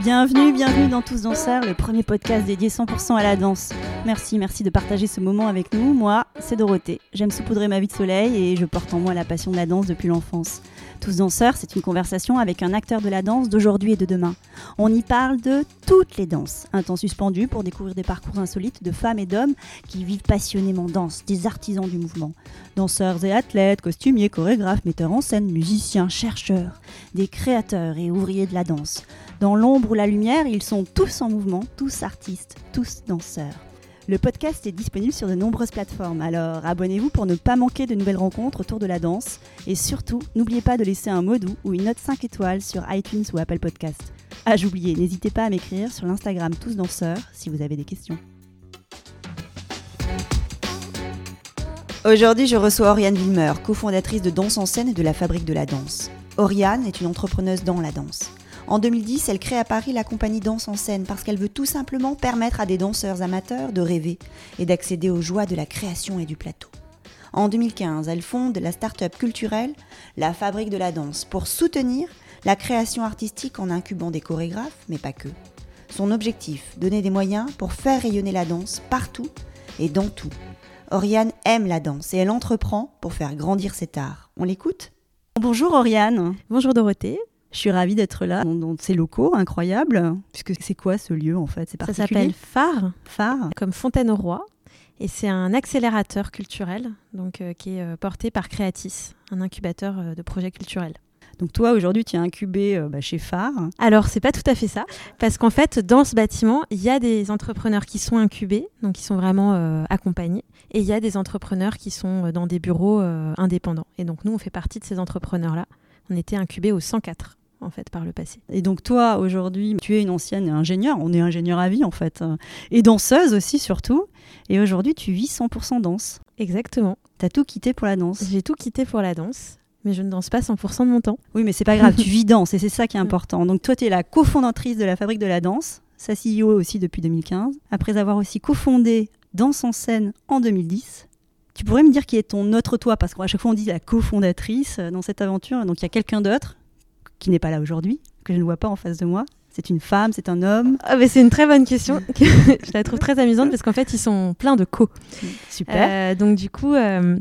Bienvenue dans Tous Danseurs, le premier podcast dédié 100% à la danse. Merci de partager ce moment avec nous. Moi, c'est Dorothée. J'aime saupoudrer ma vie de soleil et je porte en moi la passion de la danse depuis l'enfance. Tous Danseurs, c'est une conversation avec un acteur de la danse d'aujourd'hui et de demain. On y parle de toutes les danses. Un temps suspendu pour découvrir des parcours insolites de femmes et d'hommes qui vivent passionnément danse, des artisans du mouvement. Danseurs et athlètes, costumiers, chorégraphes, metteurs en scène, musiciens, chercheurs, des créateurs et ouvriers de la danse. Dans l'ombre ou la lumière, ils sont tous en mouvement, tous artistes, tous danseurs. Le podcast est disponible sur de nombreuses plateformes, alors abonnez-vous pour ne pas manquer de nouvelles rencontres autour de la danse. Et surtout, n'oubliez pas de laisser un mot doux ou une note 5 étoiles sur iTunes ou Apple Podcast. Ah, j'oubliais, n'hésitez pas à m'écrire sur l'Instagram Tous Danseurs si vous avez des questions. Aujourd'hui, je reçois Oriane Villemer, cofondatrice de Danse en scène et de la Fabrique de la danse. Oriane est une entrepreneuse dans la danse. En 2010, elle crée à Paris la compagnie Danse en scène parce qu'elle veut tout simplement permettre à des danseurs amateurs de rêver et d'accéder aux joies de la création et du plateau. En 2015, elle fonde la start-up culturelle La Fabrique de la danse pour soutenir la création artistique en incubant des chorégraphes, mais pas que. Son objectif, donner des moyens pour faire rayonner la danse partout et dans tout. Oriane aime la danse et elle entreprend pour faire grandir cet art. On l'écoute ? Bonjour Oriane. Bonjour Dorothée. Je suis ravie d'être là dans ces locaux incroyables. Puisque c'est quoi ce lieu en fait ? C'est particulier. Ça s'appelle Phare, comme Fontaine au Roi. Et c'est un accélérateur culturel qui est porté par Creatis, un incubateur de projets culturels. Donc toi aujourd'hui tu es incubée chez Phare. Alors c'est pas tout à fait ça, parce qu'en fait dans ce bâtiment il y a des entrepreneurs qui sont incubés, donc qui sont vraiment accompagnés, et il y a des entrepreneurs qui sont dans des bureaux indépendants. Et donc nous on fait partie de ces entrepreneurs-là. On était incubés au 104. En fait, par le passé. Et donc toi, aujourd'hui, tu es une ancienne ingénieure, on est ingénieur à vie en fait, et danseuse aussi surtout, et aujourd'hui tu vis 100% danse. Exactement. T'as tout quitté pour la danse. J'ai tout quitté pour la danse, mais je ne danse pas 100% de mon temps. Oui, mais c'est pas grave, tu vis danse, et c'est ça qui est important. Donc toi, tu es la cofondatrice de la Fabrique de la danse, sa CEO aussi depuis 2015, après avoir aussi cofondé Danse en scène en 2010. Tu pourrais me dire qui est ton autre toi, parce qu'à chaque fois on dit la cofondatrice dans cette aventure, donc il y a quelqu'un d'autre qui n'est pas là aujourd'hui, que je ne vois pas en face de moi. C'est une femme, c'est un homme. Mais c'est une très bonne question. Je la trouve très amusante parce qu'en fait, ils sont pleins de co. Super. Donc du coup,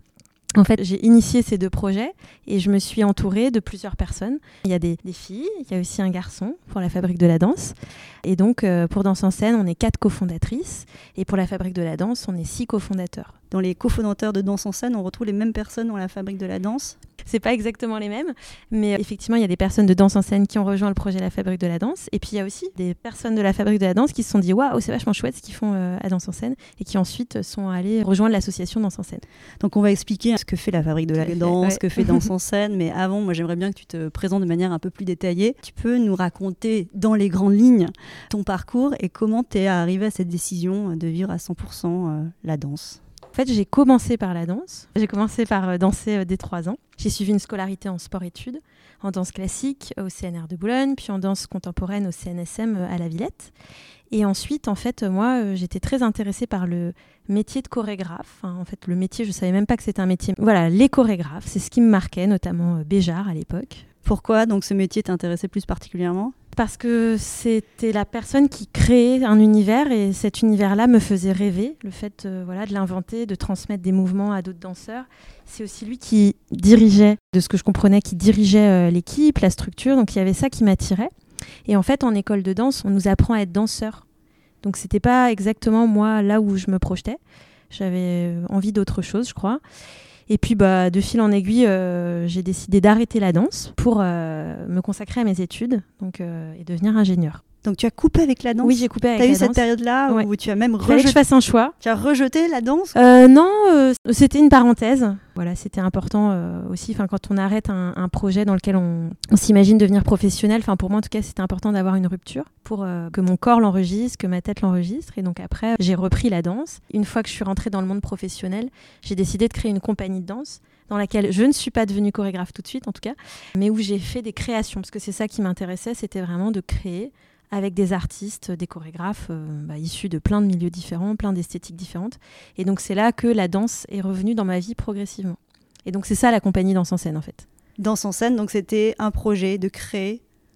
en fait, j'ai initié ces deux projets et je me suis entourée de plusieurs personnes. Il y a des filles, il y a aussi un garçon pour la Fabrique de la danse. Et donc, pour Danse en scène, on est 4 cofondatrices. Et pour la Fabrique de la danse, on est 6 cofondateurs. Dans les cofondateurs de Danse en scène, on retrouve les mêmes personnes dans la Fabrique de la danse ? C'est pas exactement les mêmes, mais effectivement, il y a des personnes de Danse en scène qui ont rejoint le projet La Fabrique de la danse. Et puis, il y a aussi des personnes de la Fabrique de la danse qui se sont dit « Waouh, c'est vachement chouette ce qu'ils font à Danse en scène » et qui ensuite sont allés rejoindre l'association Danse en scène. Donc, on va expliquer ce que fait la Fabrique de la danse, ce que fait Danse en scène. Mais avant, moi, j'aimerais bien que tu te présentes de manière un peu plus détaillée. Tu peux nous raconter dans les grandes lignes ton parcours et comment tu es arrivée à cette décision de vivre à 100% la danse ? En fait, j'ai commencé par la danse. J'ai commencé par danser dès 3 ans. J'ai suivi une scolarité en sport-études, en danse classique au CNR de Boulogne, puis en danse contemporaine au CNSM à La Villette. Et ensuite, en fait, moi, j'étais très intéressée par le métier de chorégraphe. En fait, le métier, je ne savais même pas que c'était un métier. Voilà, les chorégraphes, c'est ce qui me marquait, notamment Béjart à l'époque. Pourquoi donc ce métier t'intéressait plus particulièrement ? Parce que c'était la personne qui créait un univers et cet univers-là me faisait rêver. Le fait de l'inventer, de transmettre des mouvements à d'autres danseurs. C'est aussi lui qui dirigeait, de ce que je comprenais, qui dirigeait l'équipe, la structure. Donc il y avait ça qui m'attirait. Et en fait, en école de danse, on nous apprend à être danseur. Donc c'était pas exactement moi là où je me projetais. J'avais envie d'autre chose, je crois. Et puis, de fil en aiguille, j'ai décidé d'arrêter la danse pour me consacrer à mes études et devenir ingénieure. Donc, tu as coupé avec la danse ? Oui, j'ai coupé avec la danse. Tu as eu cette période-là où tu as même rejeté... Fallait que je fasse un choix. Tu as rejeté la danse ? Non, c'était une parenthèse. Voilà, c'était important aussi. Quand on arrête un projet dans lequel on s'imagine devenir professionnel, pour moi en tout cas, c'était important d'avoir une rupture pour que mon corps l'enregistre, que ma tête l'enregistre. Et donc après, j'ai repris la danse. Une fois que je suis rentrée dans le monde professionnel, j'ai décidé de créer une compagnie de danse dans laquelle je ne suis pas devenue chorégraphe tout de suite en tout cas, mais où j'ai fait des créations parce que c'est ça qui m'intéressait, c'était vraiment de créer avec des artistes, des chorégraphes issus de plein de milieux différents, plein d'esthétiques différentes. Et donc c'est là que la danse est revenue dans ma vie progressivement. Et donc c'est ça la compagnie Danse en scène en fait. Danse en scène, donc c'était un projet de créer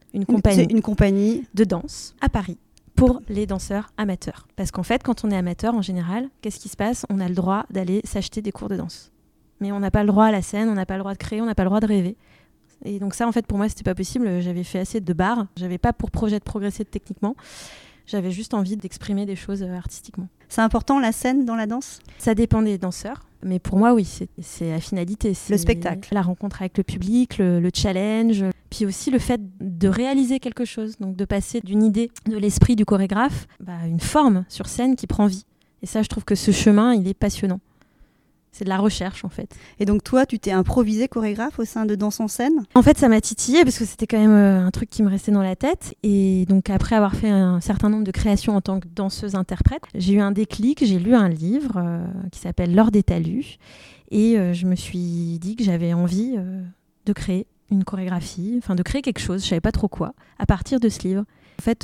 C'est une compagnie de danse à Paris pour les danseurs amateurs. Parce qu'en fait, quand on est amateur, en général, qu'est-ce qui se passe ? On a le droit d'aller s'acheter des cours de danse. Mais on n'a pas le droit à la scène, on n'a pas le droit de créer, on n'a pas le droit de rêver. Et donc ça, en fait, pour moi, c'était pas possible. J'avais fait assez de barres. J'avais pas pour projet de progresser techniquement. J'avais juste envie d'exprimer des choses artistiquement. C'est important, la scène dans la danse ? Ça dépend des danseurs. Mais pour moi, oui, c'est la finalité. C'est le spectacle. La rencontre avec le public, le challenge. Puis aussi le fait de réaliser quelque chose. Donc de passer d'une idée de l'esprit du chorégraphe à une forme sur scène qui prend vie. Et ça, je trouve que ce chemin, il est passionnant. C'est de la recherche, en fait. Et donc, toi, tu t'es improvisée chorégraphe au sein de Danse en scène ? En fait, ça m'a titillée parce que c'était quand même un truc qui me restait dans la tête. Et donc, après avoir fait un certain nombre de créations en tant que danseuse-interprète, j'ai eu un déclic. J'ai lu un livre qui s'appelle L'or des talus. Et je me suis dit que j'avais envie de créer une chorégraphie, enfin de créer quelque chose, je ne savais pas trop quoi, à partir de ce livre. En fait,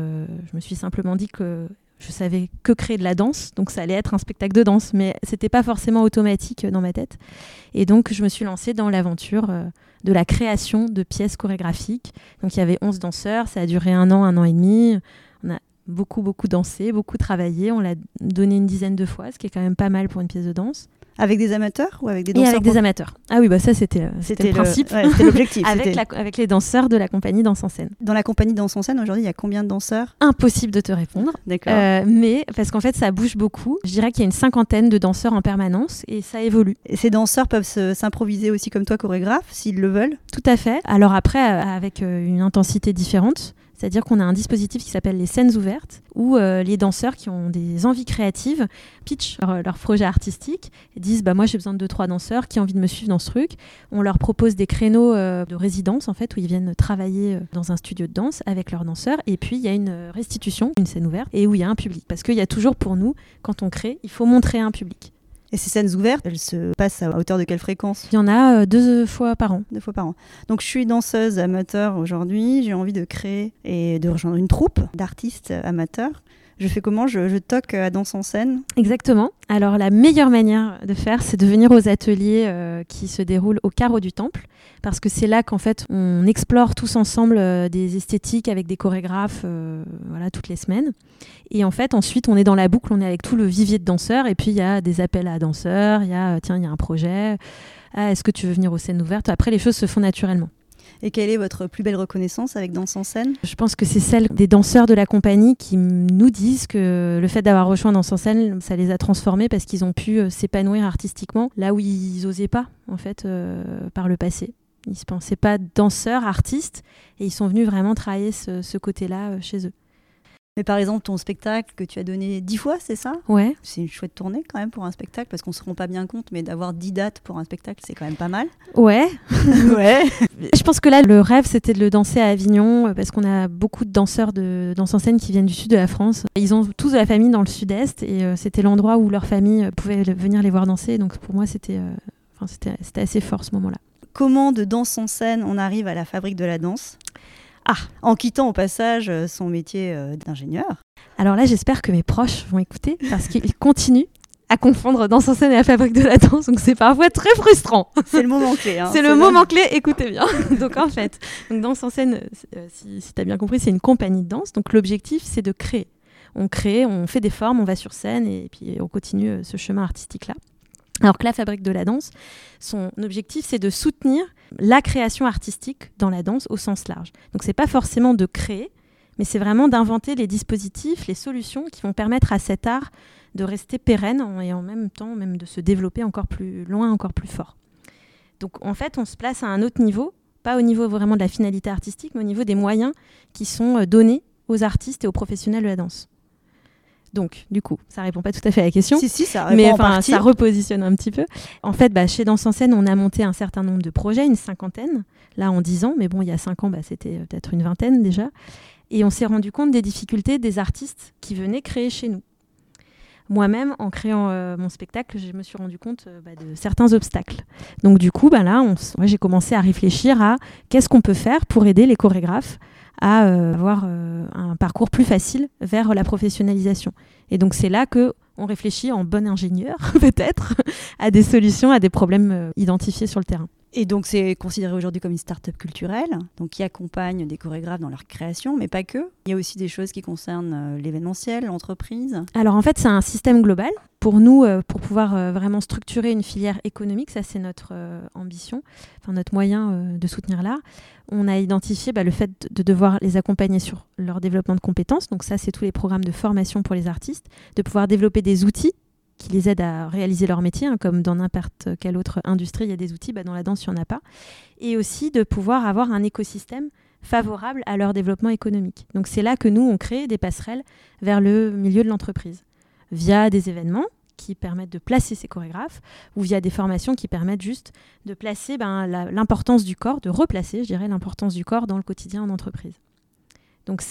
je me suis simplement dit que je savais que créer de la danse, donc ça allait être un spectacle de danse, mais c'était pas forcément automatique dans ma tête. Et donc je me suis lancée dans l'aventure de la création de pièces chorégraphiques. Donc il y avait 11 danseurs, ça a duré 1 an et demi. On a beaucoup dansé, beaucoup travaillé, on l'a donné une dizaine de fois, ce qui est quand même pas mal pour une pièce de danse. Avec des amateurs ou avec des danseurs ? Et avec des amateurs. Ah oui, ça c'était le principe. C'était l'objectif. avec les danseurs de la compagnie Danse en scène. Dans la compagnie Danse en scène, aujourd'hui, il y a combien de danseurs ? Impossible de te répondre. D'accord. Mais parce qu'en fait, ça bouge beaucoup. Je dirais qu'il y a une 50aine de danseurs en permanence et ça évolue. Et ces danseurs peuvent s'improviser aussi comme toi, chorégraphe, s'ils le veulent ? Tout à fait. Alors après, avec une intensité différente. C'est-à-dire qu'on a un dispositif qui s'appelle les scènes ouvertes, où les danseurs qui ont des envies créatives pitchent leur projet artistique et disent moi j'ai besoin de 2-3 danseurs qui ont envie de me suivre dans ce truc. On leur propose des créneaux de résidence en fait, où ils viennent travailler dans un studio de danse avec leurs danseurs. Et puis il y a une restitution, une scène ouverte, et où il y a un public. Parce qu'il y a toujours pour nous, quand on crée, il faut montrer à un public. Et ces scènes ouvertes, elles se passent à hauteur de quelle fréquence ? Il y en a 2 fois par an. 2 fois par an. Donc je suis danseuse amateur aujourd'hui, j'ai envie de créer et de rejoindre une troupe d'artistes amateurs. Je fais comment ? Je toque à Danse en scène ? Exactement. Alors la meilleure manière de faire, c'est de venir aux ateliers qui se déroulent au Carreau du Temple, parce que c'est là qu'en fait on explore tous ensemble des esthétiques avec des chorégraphes toutes les semaines. Et en fait ensuite on est dans la boucle, on est avec tout le vivier de danseurs, et puis il y a des appels à danseurs, il y a un projet, est-ce que tu veux venir aux scènes ouvertes ? Après les choses se font naturellement. Et quelle est votre plus belle reconnaissance avec Danse en scène ? Je pense que c'est celle des danseurs de la compagnie qui nous disent que le fait d'avoir rejoint Danse en scène, ça les a transformés parce qu'ils ont pu s'épanouir artistiquement là où ils n'osaient pas en fait par le passé. Ils ne se pensaient pas danseurs, artistes, et ils sont venus vraiment travailler ce côté-là chez eux. Mais par exemple, ton spectacle que tu as donné 10 fois, c'est ça ? Ouais. C'est une chouette tournée quand même pour un spectacle, parce qu'on ne se rend pas bien compte, mais d'avoir 10 dates pour un spectacle, c'est quand même pas mal. Ouais. Ouais. Je pense que là, le rêve, c'était de le danser à Avignon, parce qu'on a beaucoup de danseurs de danse en scène qui viennent du sud de la France. Ils ont tous de la famille dans le sud-est, et c'était l'endroit où leur famille pouvait venir les voir danser. Donc pour moi, c'était assez fort ce moment-là. Comment de Danse en scène on arrive à la Fabrique de la danse ? En quittant au passage son métier d'ingénieur. Alors là, j'espère que mes proches vont écouter parce qu'ils continuent à confondre Danse en scène et la Fabrique de la danse, donc c'est parfois très frustrant. C'est le moment clé. C'est le moment clé, écoutez bien. Donc en fait, Danse en scène, si tu as bien compris, c'est une compagnie de danse, donc l'objectif c'est de créer. On crée, on fait des formes, on va sur scène et puis on continue ce chemin artistique-là. Alors que la Fabrique de la danse, son objectif, c'est de soutenir la création artistique dans la danse au sens large. Donc, c'est pas forcément de créer, mais c'est vraiment d'inventer les dispositifs, les solutions qui vont permettre à cet art de rester pérenne et en même temps même de se développer encore plus loin, encore plus fort. Donc, en fait, on se place à un autre niveau, pas au niveau vraiment de la finalité artistique, mais au niveau des moyens qui sont donnés aux artistes et aux professionnels de la danse. Donc, du coup, ça répond pas tout à fait à la question. Si, ça répond en partie. Ça repositionne un petit peu. En fait, chez Danse en scène, on a monté un certain nombre de projets, une 50aine, là en 10 ans, mais bon, il y a 5 ans, c'était peut-être une 20aine déjà. Et on s'est rendu compte des difficultés des artistes qui venaient créer chez nous. Moi-même, en créant mon spectacle, je me suis rendu compte de certains obstacles. Donc du coup, j'ai commencé à réfléchir à qu'est-ce qu'on peut faire pour aider les chorégraphes à avoir un parcours plus facile vers la professionnalisation. Et donc c'est là qu'on réfléchit en bon ingénieur, peut-être, à des solutions, à des problèmes identifiés sur le terrain. Et donc, c'est considéré aujourd'hui comme une start-up culturelle, donc qui accompagne des chorégraphes dans leur création, mais pas que. Il y a aussi des choses qui concernent l'événementiel, l'entreprise. Alors en fait, c'est un système global. Pour nous, pour pouvoir vraiment structurer une filière économique, ça c'est notre ambition, enfin notre moyen de soutenir l'art. On a identifié le fait de devoir les accompagner sur leur développement de compétences. Donc ça, c'est tous les programmes de formation pour les artistes, de pouvoir développer des outils qui les aident à réaliser leur métier, comme dans n'importe quelle autre industrie, il y a des outils, dans la danse, il n'y en a pas. Et aussi de pouvoir avoir un écosystème favorable à leur développement économique. Donc c'est là que nous, on crée des passerelles vers le milieu de l'entreprise, via des événements qui permettent de placer ces chorégraphes, ou via des formations qui permettent juste de placer l'importance du corps, de replacer, je dirais, l'importance du corps dans le quotidien en entreprise. Donc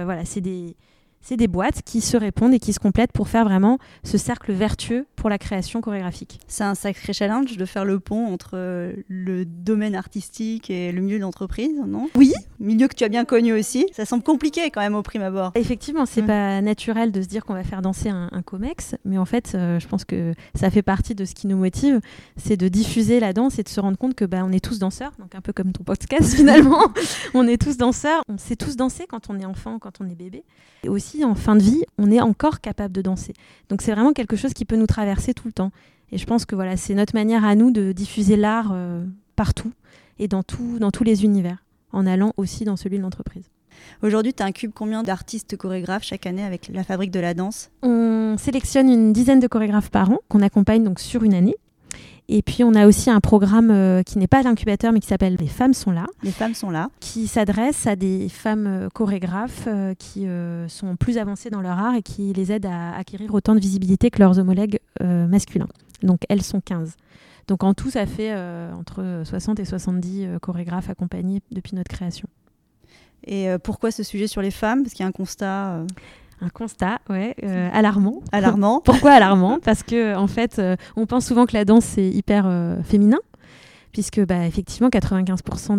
c'est des boîtes qui se répondent et qui se complètent pour faire vraiment ce cercle vertueux pour la création chorégraphique. C'est un sacré challenge de faire le pont entre le domaine artistique et le milieu de l'entreprise, non ? Oui, milieu que tu as bien connu aussi. Ça semble compliqué quand même au prime abord. Effectivement, c'est pas naturel de se dire qu'on va faire danser un comex, mais en fait, je pense que ça fait partie de ce qui nous motive, c'est de diffuser la danse et de se rendre compte que on est tous danseurs, donc un peu comme ton podcast finalement. On est tous danseurs, on sait tous danser quand on est enfant, quand on est bébé. Et aussi, en fin de vie, on est encore capable de danser. Donc c'est vraiment quelque chose qui peut nous traverser tout le temps. Et je pense que c'est notre manière à nous de diffuser l'art partout et dans tous les univers, en allant aussi dans celui de l'entreprise. Aujourd'hui, tu incubes combien d'artistes chorégraphes chaque année avec la Fabrique de la danse ? On sélectionne une dizaine de chorégraphes par an qu'on accompagne donc sur une année. Et puis, on a aussi un programme qui n'est pas l'incubateur, mais qui s'appelle « Les femmes sont là ». Les femmes sont là. Qui s'adresse à des femmes chorégraphes qui sont plus avancées dans leur art et qui les aident à acquérir autant de visibilité que leurs homologues masculins. Donc, elles sont 15. Donc, en tout, ça fait entre 60 et 70 chorégraphes accompagnés depuis notre création. Et pourquoi ce sujet sur les femmes ? Parce qu'il y a un constat... Un constat, alarmant. Alarmant. Pourquoi alarmant ? Parce que en fait, on pense souvent que la danse c'est hyper féminin, puisque effectivement 95%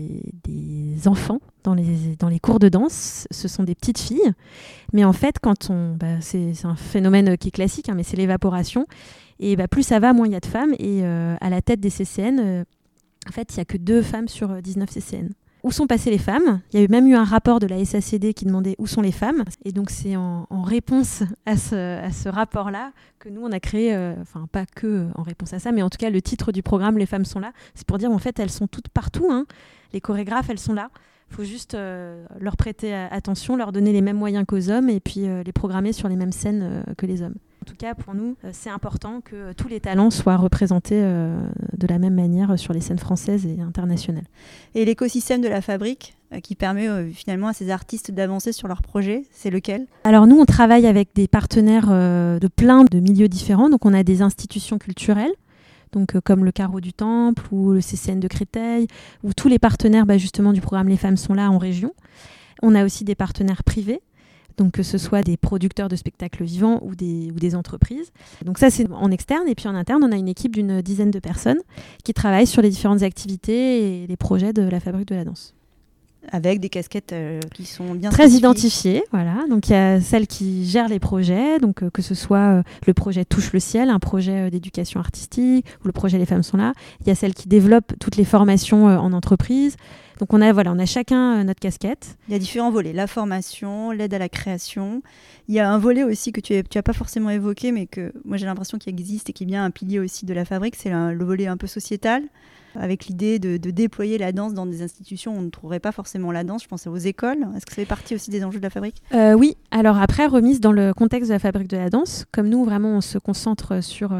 des enfants dans les cours de danse, ce sont des petites filles. Mais en fait, c'est un phénomène qui est classique, mais c'est l'évaporation. Et plus ça va, moins il y a de femmes. Et à la tête des CCN, en fait, il n'y a que 2 femmes sur 19 CCN. Où sont passées les femmes ? Il y a même eu un rapport de la SACD qui demandait où sont les femmes. Et donc c'est en réponse à ce rapport-là que nous on a créé, pas que en réponse à ça, mais en tout cas le titre du programme « Les femmes sont là », c'est pour dire en fait elles sont toutes partout. Les chorégraphes, elles sont là. Il faut juste leur prêter attention, leur donner les mêmes moyens qu'aux hommes et puis les programmer sur les mêmes scènes que les hommes. En tout cas, pour nous, c'est important que tous les talents soient représentés de la même manière sur les scènes françaises et internationales. Et l'écosystème de la Fabrique qui permet finalement à ces artistes d'avancer sur leurs projets, c'est lequel ? Alors nous, on travaille avec des partenaires de plein de milieux différents. Donc on a des institutions culturelles, comme le Carreau du Temple ou le CCN de Créteil, ou tous les partenaires justement du programme Les Femmes sont là en région. On a aussi des partenaires privés. Donc que ce soit des producteurs de spectacles vivants ou des entreprises. Donc ça, c'est en externe. Et puis en interne, on a une équipe d'une dizaine de personnes qui travaillent sur les différentes activités et les projets de la Fabrique de la danse. Avec des casquettes qui sont bien très identifiées. Voilà. Donc il y a celle qui gère les projets, donc que ce soit le projet Touche le ciel, un projet d'éducation artistique, ou le projet Les Femmes sont là. Il y a celle qui développe toutes les formations en entreprise. Donc on a chacun notre casquette. Il y a différents volets, la formation, l'aide à la création. Il y a un volet aussi que tu n'as pas forcément évoqué, mais que moi j'ai l'impression qu'il existe et qui est bien un pilier aussi de la Fabrique, c'est le volet un peu sociétal, avec l'idée de déployer la danse dans des institutions où on ne trouverait pas forcément la danse. Je pense aux écoles. Est-ce que ça fait partie aussi des enjeux de la Fabrique ? Oui. Alors après, remise dans le contexte de la Fabrique de la danse, comme nous, vraiment, on se concentre sur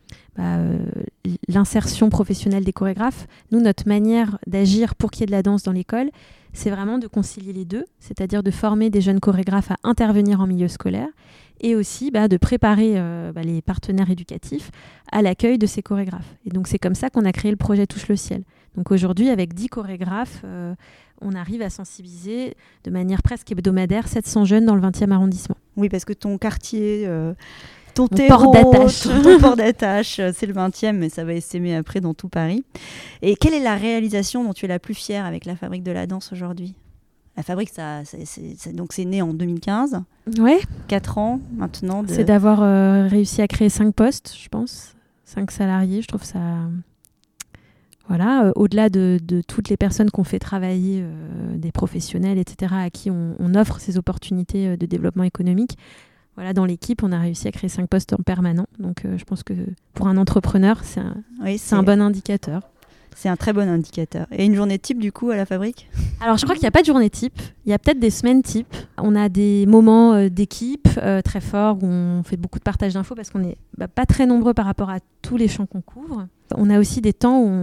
l'insertion professionnelle des chorégraphes. Nous, notre manière d'agir pour qu'il y ait de la danse dans l'école, c'est vraiment de concilier les deux, c'est-à-dire de former des jeunes chorégraphes à intervenir en milieu scolaire et aussi de préparer les partenaires éducatifs à l'accueil de ces chorégraphes. Et donc c'est comme ça qu'on a créé le projet Touche le ciel. Donc aujourd'hui, avec 10 chorégraphes, on arrive à sensibiliser de manière presque hebdomadaire 700 jeunes dans le 20e arrondissement. Oui, parce que ton quartier... Ton port d'attache, c'est le 20e, mais ça va essaimer après dans tout Paris. Et quelle est la réalisation dont tu es la plus fière avec la Fabrique de la danse aujourd'hui ? La Fabrique, c'est né en 2015. Ouais. 4 ans maintenant. C'est d'avoir réussi à créer 5 postes, je pense. 5 salariés, je trouve ça... Voilà, au-delà de toutes les personnes qu'on fait travailler, des professionnels, etc., à qui on offre ces opportunités de développement économique, voilà, dans l'équipe, on a réussi à créer 5 postes en permanent. Donc, je pense que pour un entrepreneur, c'est un bon indicateur. C'est un très bon indicateur. Et une journée type, du coup, à la fabrique ? Alors, je crois qu'il n'y a pas de journée type. Il y a peut-être des semaines type. On a des moments d'équipe très forts où on fait beaucoup de partage d'infos parce qu'on n'est pas très nombreux par rapport à tous les champs qu'on couvre. On a aussi des temps où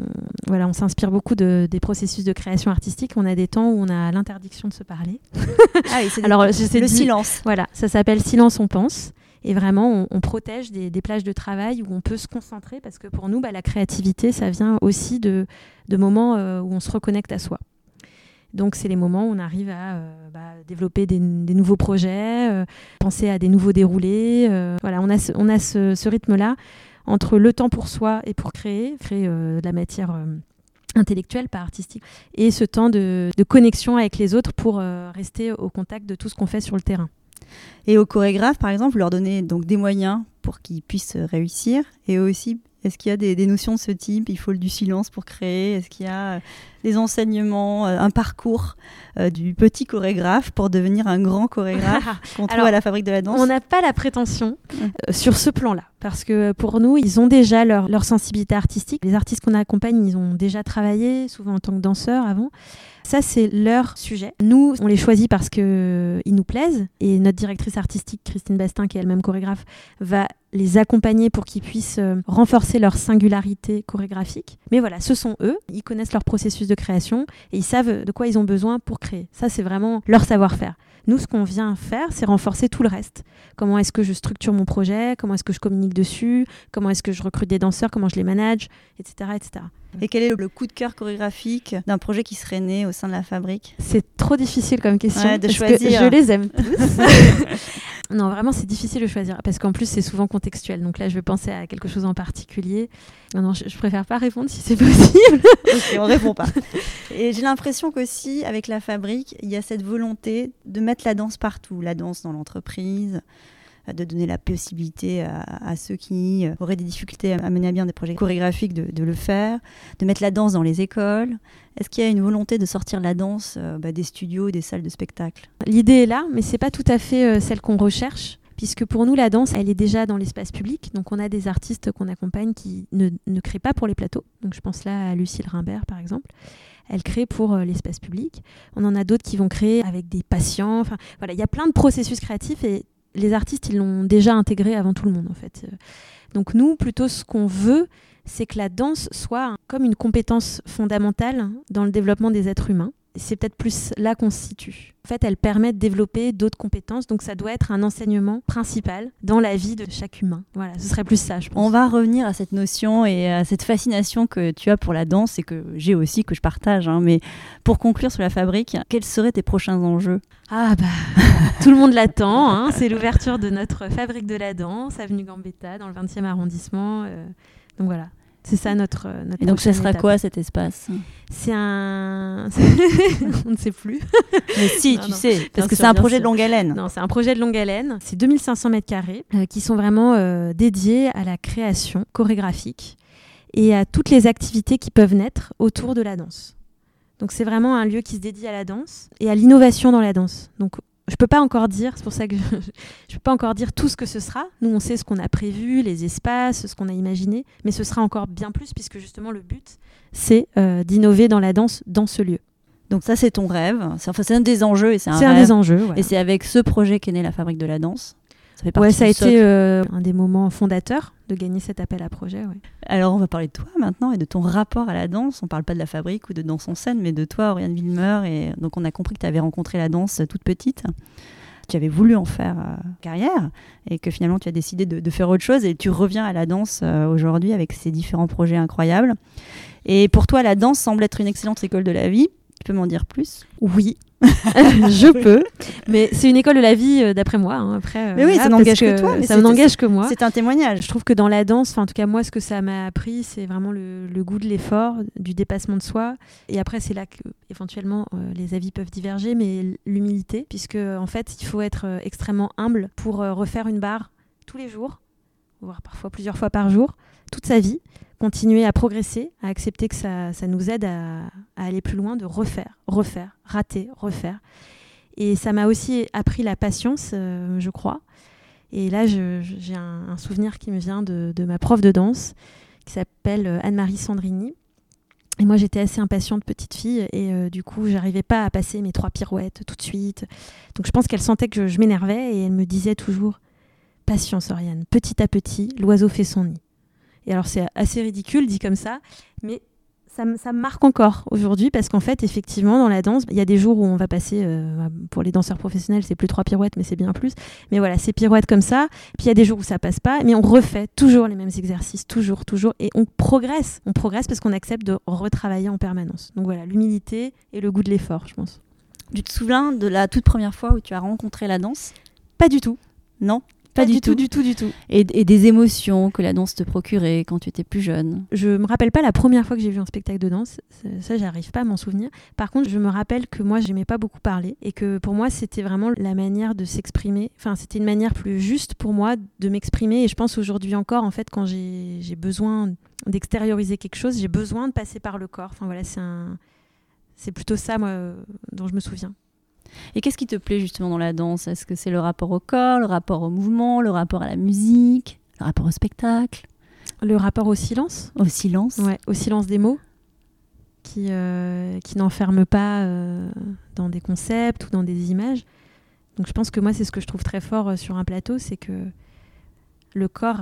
on s'inspire beaucoup des processus de création artistique. On a des temps où on a l'interdiction de se parler. Ah oui, c'est le silence. Voilà, ça s'appelle silence, on pense. Et vraiment, on protège des plages de travail où on peut se concentrer parce que pour nous, la créativité, ça vient aussi de moments où on se reconnecte à soi. Donc, c'est les moments où on arrive à développer des nouveaux projets, penser à des nouveaux déroulés. Voilà, on a ce rythme-là entre le temps pour soi et pour créer de la matière intellectuelle, pas artistique, et ce temps de connexion avec les autres pour rester au contact de tout ce qu'on fait sur le terrain. Et aux chorégraphes, par exemple, leur donner donc des moyens pour qu'ils puissent réussir. Et aussi, est-ce qu'il y a des notions de ce type ? Il faut du silence pour créer. Est-ce qu'il y a des enseignements, un parcours du petit chorégraphe pour devenir un grand chorégraphe qu'on trouve à la Fabrique de la Danse ? On n'a pas la prétention sur ce plan-là. Parce que pour nous, ils ont déjà leur sensibilité artistique. Les artistes qu'on accompagne, ils ont déjà travaillé, souvent en tant que danseurs avant. Ça, c'est leur sujet. Nous, on les choisit parce qu'ils nous plaisent. Et notre directrice artistique, Christine Bastin, qui est elle-même chorégraphe, va les accompagner pour qu'ils puissent renforcer leur singularité chorégraphique. Mais voilà, ce sont eux. Ils connaissent leur processus de création et ils savent de quoi ils ont besoin pour créer. Ça, c'est vraiment leur savoir-faire. Nous, ce qu'on vient faire, c'est renforcer tout le reste. Comment est-ce que je structure mon projet ? Comment est-ce que je communique dessus ? Comment est-ce que je recrute des danseurs ? Comment je les manage ? Etc. etc. Et quel est le coup de cœur chorégraphique d'un projet qui serait né au sein de la Fabrique ? C'est trop difficile comme question de parce choisir. Que je les aime tous. Non, vraiment, c'est difficile de choisir parce qu'en plus, c'est souvent contextuel. Donc là, je vais penser à quelque chose en particulier. Non, je préfère pas répondre si c'est possible. Ok, on répond pas. Et j'ai l'impression qu'aussi, avec la Fabrique, il y a cette volonté de mettre la danse partout. La danse dans l'entreprise, de donner la possibilité à ceux qui auraient des difficultés à mener à bien des projets chorégraphiques de le faire, de mettre la danse dans les écoles. Est-ce qu'il y a une volonté de sortir la danse des studios, des salles de spectacle ? L'idée est là, mais c'est pas tout à fait celle qu'on recherche. Puisque pour nous, la danse, elle est déjà dans l'espace public. Donc, on a des artistes qu'on accompagne qui ne créent pas pour les plateaux. Donc, je pense là à Lucille Rimbert, par exemple. Elle crée pour l'espace public. On en a d'autres qui vont créer avec des patients. Enfin, voilà, il y a plein de processus créatifs et les artistes, ils l'ont déjà intégré avant tout le monde, en fait. Donc, nous, plutôt, ce qu'on veut, c'est que la danse soit comme une compétence fondamentale dans le développement des êtres humains. C'est peut-être plus là qu'on se situe. En fait, elle permet de développer d'autres compétences, donc ça doit être un enseignement principal dans la vie de chaque humain. Voilà, ce serait plus ça, je pense. On va revenir à cette notion et à cette fascination que tu as pour la danse et que j'ai aussi, que je partage. Mais pour conclure sur la Fabrique, quels seraient tes prochains enjeux ? Tout le monde l'attend. C'est l'ouverture de notre Fabrique de la Danse, avenue Gambetta, dans le 20e arrondissement. Donc voilà. C'est ça notre Et donc, ça sera étape. quoi cet espace ? C'est on ne sait plus. Mais si, tu sais, parce que c'est un projet de longue haleine. Non, c'est un projet de longue haleine. C'est 2500 mètres carrés qui sont vraiment dédiés à la création chorégraphique et à toutes les activités qui peuvent naître autour de la danse. Donc, c'est vraiment un lieu qui se dédie à la danse et à l'innovation dans la danse. Donc, je peux pas encore dire, c'est pour ça que je peux pas encore dire tout ce que ce sera. Nous, on sait ce qu'on a prévu, les espaces, ce qu'on a imaginé, mais ce sera encore bien plus puisque justement le but, c'est d'innover dans la danse dans ce lieu. Donc ça, c'est ton rêve. C'est un des enjeux et c'est un rêve. C'est un des enjeux, voilà. Et c'est avec ce projet qu'est née la Fabrique de la Danse. Ça fait partie ça a du été un des moments fondateurs de gagner cet appel à projet. Ouais. Alors, on va parler de toi maintenant et de ton rapport à la danse. On ne parle pas de la Fabrique ou de Danse en scène, mais de toi, Oriane Villemer. Et donc, on a compris que tu avais rencontré la danse toute petite. Tu avais voulu en faire carrière et que finalement, tu as décidé de faire autre chose. Et tu reviens à la danse aujourd'hui avec ces différents projets incroyables. Et pour toi, la danse semble être une excellente école de la vie. Tu peux m'en dire plus ? Oui. Je peux, mais c'est une école de la vie d'après moi. Après, mais oui, ça n'engage que toi. Ça n'engage que moi. C'est un témoignage. Je trouve que dans la danse, en tout cas moi, ce que ça m'a appris, c'est vraiment le goût de l'effort, du dépassement de soi. Et après, c'est là que éventuellement les avis peuvent diverger, mais l'humilité, puisque en fait, il faut être extrêmement humble pour refaire une barre tous les jours, voire parfois plusieurs fois par jour, toute sa vie, continuer à progresser, à accepter que ça nous aide à aller plus loin, de refaire, rater, refaire. Et ça m'a aussi appris la patience, je crois. Et là, j'ai un souvenir qui me vient de ma prof de danse, qui s'appelle Anne-Marie Sandrini. Et moi, j'étais assez impatiente petite fille, et du coup, j'arrivais pas à passer mes 3 pirouettes tout de suite. Donc je pense qu'elle sentait que je m'énervais, et elle me disait toujours « Patience, Oriane, petit à petit, l'oiseau fait son nid ». Et alors, c'est assez ridicule dit comme ça, mais ça me marque encore aujourd'hui, parce qu'en fait, effectivement, dans la danse, il y a des jours où on va passer, pour les danseurs professionnels, c'est plus 3 pirouettes, mais c'est bien plus. Mais voilà, c'est pirouettes comme ça. Puis il y a des jours où ça passe pas, mais on refait toujours les mêmes exercices, toujours, et on progresse. On progresse parce qu'on accepte de retravailler en permanence. Donc voilà, l'humilité et le goût de l'effort, je pense. Tu te souviens de la toute première fois où tu as rencontré la danse ? Pas du tout. Non ? Pas du tout. Et des émotions que la danse te procurait quand tu étais plus jeune. Je me rappelle pas la première fois que j'ai vu un spectacle de danse. Ça, j'arrive pas à m'en souvenir. Par contre, je me rappelle que moi, j'aimais pas beaucoup parler et que pour moi, c'était vraiment la manière de s'exprimer. Enfin, c'était une manière plus juste pour moi de m'exprimer. Et je pense aujourd'hui encore, en fait, quand j'ai besoin d'extérioriser quelque chose, j'ai besoin de passer par le corps. Enfin voilà, c'est plutôt ça, moi, dont je me souviens. Et qu'est-ce qui te plaît justement dans la danse ? Est-ce que c'est le rapport au corps, le rapport au mouvement, le rapport à la musique, le rapport au spectacle ? Le rapport au silence. Au silence ? Ouais, au silence des mots, qui n'enferment pas dans des concepts ou dans des images. Donc je pense que moi, c'est ce que je trouve très fort sur un plateau, c'est que le corps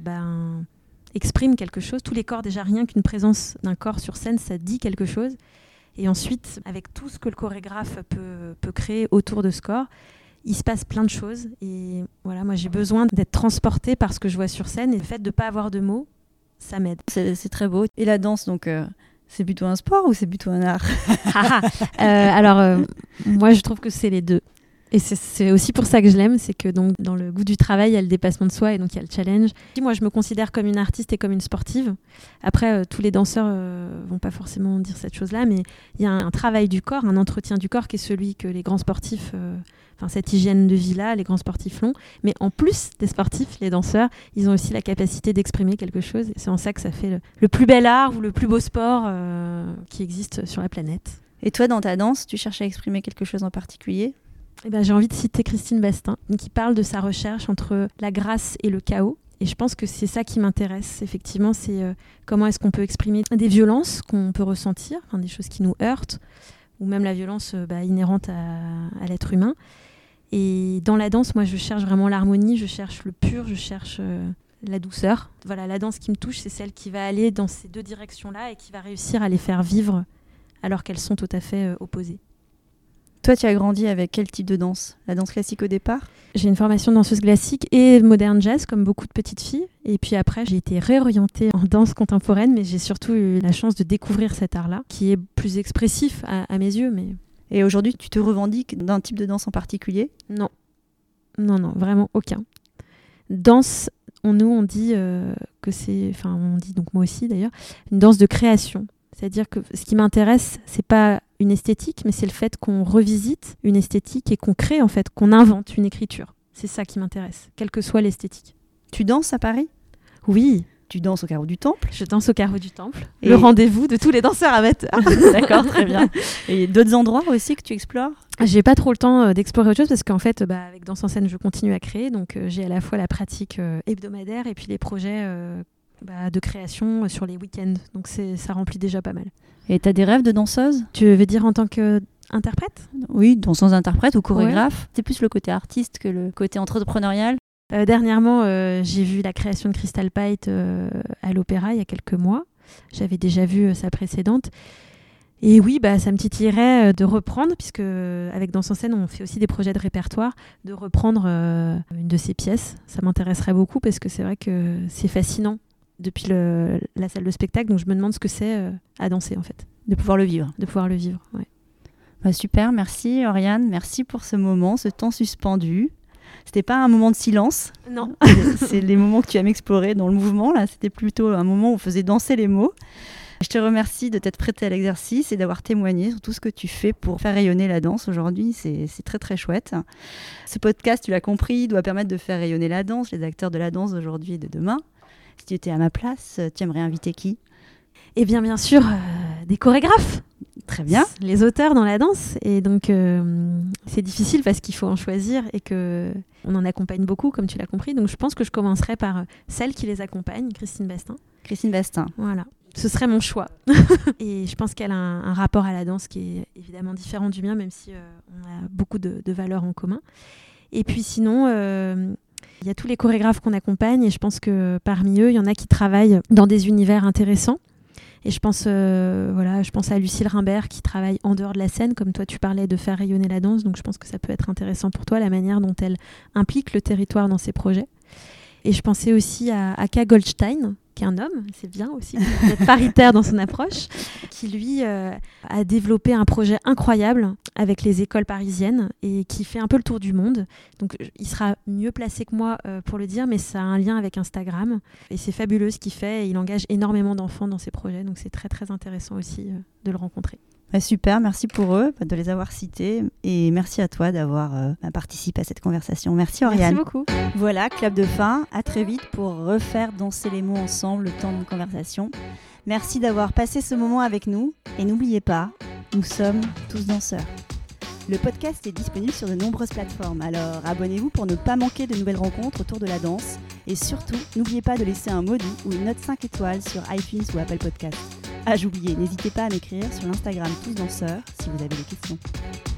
exprime quelque chose. Tous les corps, déjà rien qu'une présence d'un corps sur scène, ça dit quelque chose. Et ensuite, avec tout ce que le chorégraphe peut créer autour de ce corps, il se passe plein de choses. Et voilà, moi, j'ai besoin d'être transportée par ce que je vois sur scène. Et le fait de ne pas avoir de mots, ça m'aide. C'est très beau. Et la danse, donc, c'est plutôt un sport ou c'est plutôt un art ? Alors, moi, je trouve que c'est les deux. Et c'est aussi pour ça que je l'aime, c'est que donc, dans le goût du travail, il y a le dépassement de soi et donc il y a le challenge. Moi, je me considère comme une artiste et comme une sportive. Après, tous les danseurs vont pas forcément dire cette chose-là, mais il y a un travail du corps, un entretien du corps qui est celui que les grands sportifs, cette hygiène de vie-là, les grands sportifs l'ont. Mais en plus des sportifs, les danseurs, ils ont aussi la capacité d'exprimer quelque chose. Et c'est en ça que ça fait le plus bel art ou le plus beau sport qui existe sur la planète. Et toi, dans ta danse, tu cherches à exprimer quelque chose en particulier ? J'ai envie de citer Christine Bastin, qui parle de sa recherche entre la grâce et le chaos. Et je pense que c'est ça qui m'intéresse, effectivement, c'est comment est-ce qu'on peut exprimer des violences qu'on peut ressentir, des choses qui nous heurtent, ou même la violence inhérente à l'être humain. Et dans la danse, moi, je cherche vraiment l'harmonie, je cherche le pur, je cherche la douceur. Voilà, la danse qui me touche, c'est celle qui va aller dans ces deux directions-là et qui va réussir à les faire vivre alors qu'elles sont tout à fait opposées. Toi, tu as grandi avec quel type de danse ? La danse classique au départ ? J'ai une formation de danseuse classique et moderne jazz, comme beaucoup de petites filles. Et puis après, j'ai été réorientée en danse contemporaine, mais j'ai surtout eu la chance de découvrir cet art-là, qui est plus expressif à mes yeux. Mais... Et aujourd'hui, tu te revendiques d'un type de danse en particulier ? Non, vraiment aucun. Danse, on dit que c'est, on dit donc moi aussi d'ailleurs, une danse de création. C'est-à-dire que ce qui m'intéresse, c'est pas une esthétique, mais c'est le fait qu'on revisite une esthétique et qu'on crée, en fait, qu'on invente une écriture. C'est ça qui m'intéresse, quelle que soit l'esthétique. Tu danses à Paris ? Oui. Tu danses au Carreau du Temple ? Je danse au Carreau du Temple. Et... le rendez-vous de tous les danseurs amateurs. D'accord, très bien. Et d'autres endroits aussi que tu explores ? J'ai pas trop le temps d'explorer autre chose parce qu'en fait, avec Danse en scène, je continue à créer. Donc, j'ai à la fois la pratique hebdomadaire et puis les projets de création sur les week-ends. Donc, ça remplit déjà pas mal. Et tu as des rêves de danseuse ? Tu veux dire en tant qu'interprète ? Oui, danseuse-interprète ou chorégraphe. Ouais. C'est plus le côté artiste que le côté entrepreneurial. Dernièrement, j'ai vu la création de Crystal Pite à l'Opéra il y a quelques mois. J'avais déjà vu sa précédente. Et oui, ça me titillerait de reprendre, puisque avec Danse en scène, on fait aussi des projets de répertoire, de reprendre une de ses pièces. Ça m'intéresserait beaucoup parce que c'est vrai que c'est fascinant depuis la salle de spectacle. Donc je me demande ce que c'est à danser en fait. De pouvoir le vivre. De pouvoir le vivre, ouais. Super, merci Oriane. Merci pour ce moment, ce temps suspendu. C'était pas un moment de silence. Non. C'est les moments que tu aimes explorer dans le mouvement. Là, c'était plutôt un moment où on faisait danser les mots. Je te remercie de t'être prêtée à l'exercice et d'avoir témoigné sur tout ce que tu fais pour faire rayonner la danse aujourd'hui. C'est très très chouette. Ce podcast, tu l'as compris, doit permettre de faire rayonner la danse, les acteurs de la danse d'aujourd'hui et de demain. Si tu étais à ma place, tu aimerais inviter qui ? Eh bien sûr, des chorégraphes. Très bien. Les auteurs dans la danse. Et donc, c'est difficile parce qu'il faut en choisir et qu'on en accompagne beaucoup, comme tu l'as compris. Donc, je pense que je commencerai par celle qui les accompagne, Christine Bastin. Christine Bastin. Voilà. Ce serait mon choix. Et je pense qu'elle a un rapport à la danse qui est évidemment différent du mien, même si on a beaucoup de valeurs en commun. Et puis sinon, il y a tous les chorégraphes qu'on accompagne. Et je pense que parmi eux, il y en a qui travaillent dans des univers intéressants. Et je pense à Lucille Rimbert qui travaille en dehors de la scène, comme toi tu parlais de faire rayonner la danse, donc je pense que ça peut être intéressant pour toi, la manière dont elle implique le territoire dans ses projets. Et je pensais aussi à Aka Goldstein, qui est un homme, c'est bien aussi d'être paritaire dans son approche, qui lui a développé un projet incroyable avec les écoles parisiennes et qui fait un peu le tour du monde. Donc il sera mieux placé que moi pour le dire, mais ça a un lien avec Instagram et c'est fabuleux ce qu'il fait et il engage énormément d'enfants dans ses projets, donc c'est très très intéressant aussi de le rencontrer. Super, merci pour eux de les avoir cités et merci à toi d'avoir participé à cette conversation. Merci Oriane. Merci beaucoup. Voilà, clap de fin. À très vite pour refaire danser les mots ensemble le temps d'une conversation. Merci d'avoir passé ce moment avec nous et n'oubliez pas, nous sommes tous danseurs. Le podcast est disponible sur de nombreuses plateformes, alors abonnez-vous pour ne pas manquer de nouvelles rencontres autour de la danse et surtout, n'oubliez pas de laisser un mot doux ou une note 5 étoiles sur iTunes ou Apple Podcasts. Ah, j'oubliais, n'hésitez pas à m'écrire sur l'Instagram Tous Danseurs si vous avez des questions.